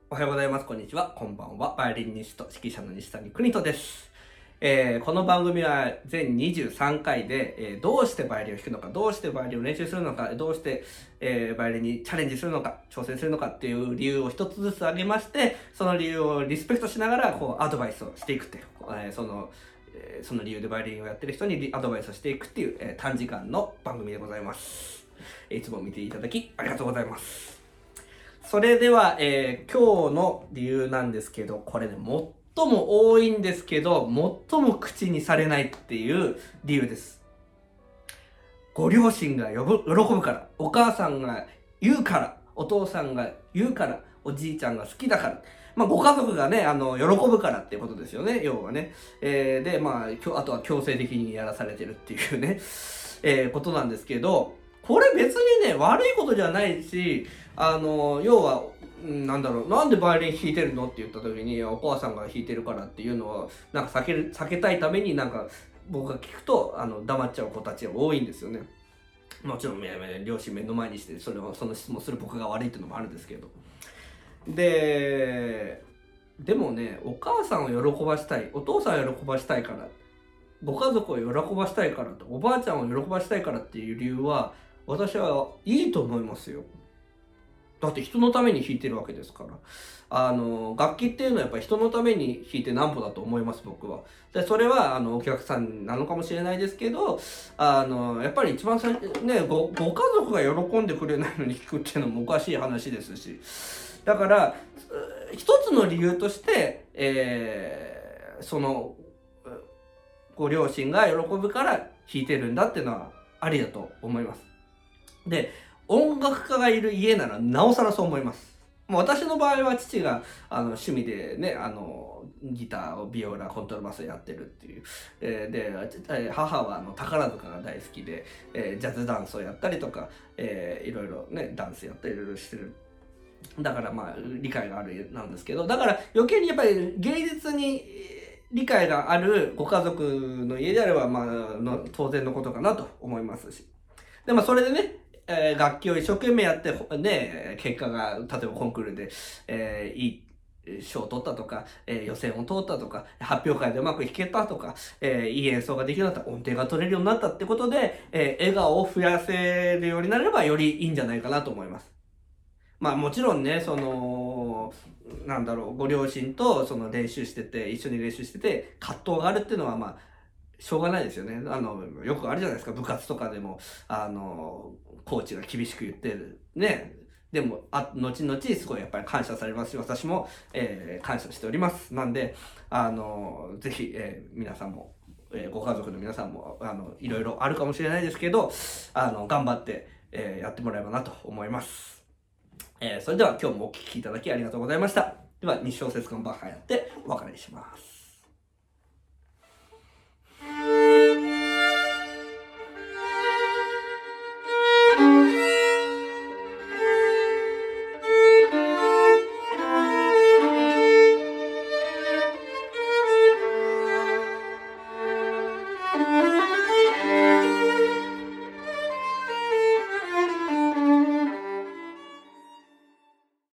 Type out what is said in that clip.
おはようございます。こんにちは。こんばんは。バイオリニスト、指揮者の西谷邦人です。この番組は全23回で、どうしてバイオリンを弾くのか、どうしてバイオリンを練習するのか、どうして、バイオリンにチャレンジするのか、挑戦するのかっていう理由を一つずつ挙げまして、その理由をリスペクトしながら、アドバイスをしていくっていう、その理由でバイオリンをやってる人にアドバイスをしていくっていう、短時間の番組でございます。いつも見ていただきありがとうございます。それでは、今日の理由なんですけど、これね、最も多いんですけど、最も口にされないっていう理由です。ご両親が喜ぶから、お母さんが言うから、お父さんが言うから、おじいちゃんが好きだから、ご家族がね、喜ぶからっていうことですよね、要はね。で、あとは強制的にやらされてるっていうね、ことなんですけど、これ別にね、悪いことじゃないし、要は、なんだろう、なんでバイオリン弾いてるのって言った時に、お母さんが弾いてるからっていうのは、なんか避けたいために僕が聞くと、黙っちゃう子たちが多いんですよね。もちろん、両親目の前にして、その質問する僕が悪いっていうのもあるんですけど。でもね、お母さんを喜ばしたい、お父さんを喜ばしたいから、ご家族を喜ばしたいからと、おばあちゃんを喜ばしたいからっていう理由は、私はいいと思いますよ。だって人のために弾いてるわけですから。楽器っていうのはやっぱり人のために弾いてなんぼだと思います、僕は。で、それは、お客さんなのかもしれないですけど、やっぱり一番最初、ね、ご家族が喜んでくれないのに弾くっていうのもおかしい話ですし。だから、一つの理由として、ご両親が喜ぶから弾いてるんだっていうのはありだと思います。で、音楽家がいる家ならなおさらそう思います。もう私の場合は父が趣味でね、ギターをビオラ、コントラバスやってるっていう。母は宝塚が大好きで、ジャズダンスをやったりとか、いろいろね、ダンスやったりいろいろしてる。だから理解があるなんですけど、だから余計にやっぱり芸術に理解があるご家族の家であれば、当然のことかなと思いますし。で、それでね、楽器を一生懸命やって、ね、結果が、例えばコンクールで、いい賞を取ったとか、予選を通ったとか、発表会でうまく弾けたとか、いい演奏ができるようになった、音程が取れるようになったってことで、笑顔を増やせるようになればよりいいんじゃないかなと思います。もちろんね、ご両親と練習してて、一緒に練習してて、葛藤があるっていうのはしょうがないですよね。よくあるじゃないですか、部活とかでも、コーチが厳しく言ってる。ね。でも、後々すごいやっぱり感謝されますし、私も、感謝しております。なんで、ぜひ、皆さんも、ご家族の皆さんも、いろいろあるかもしれないですけど、頑張って、やってもらえばなと思います。それでは今日もお聴きいただきありがとうございました。では、日小節間バッハやってお別れします。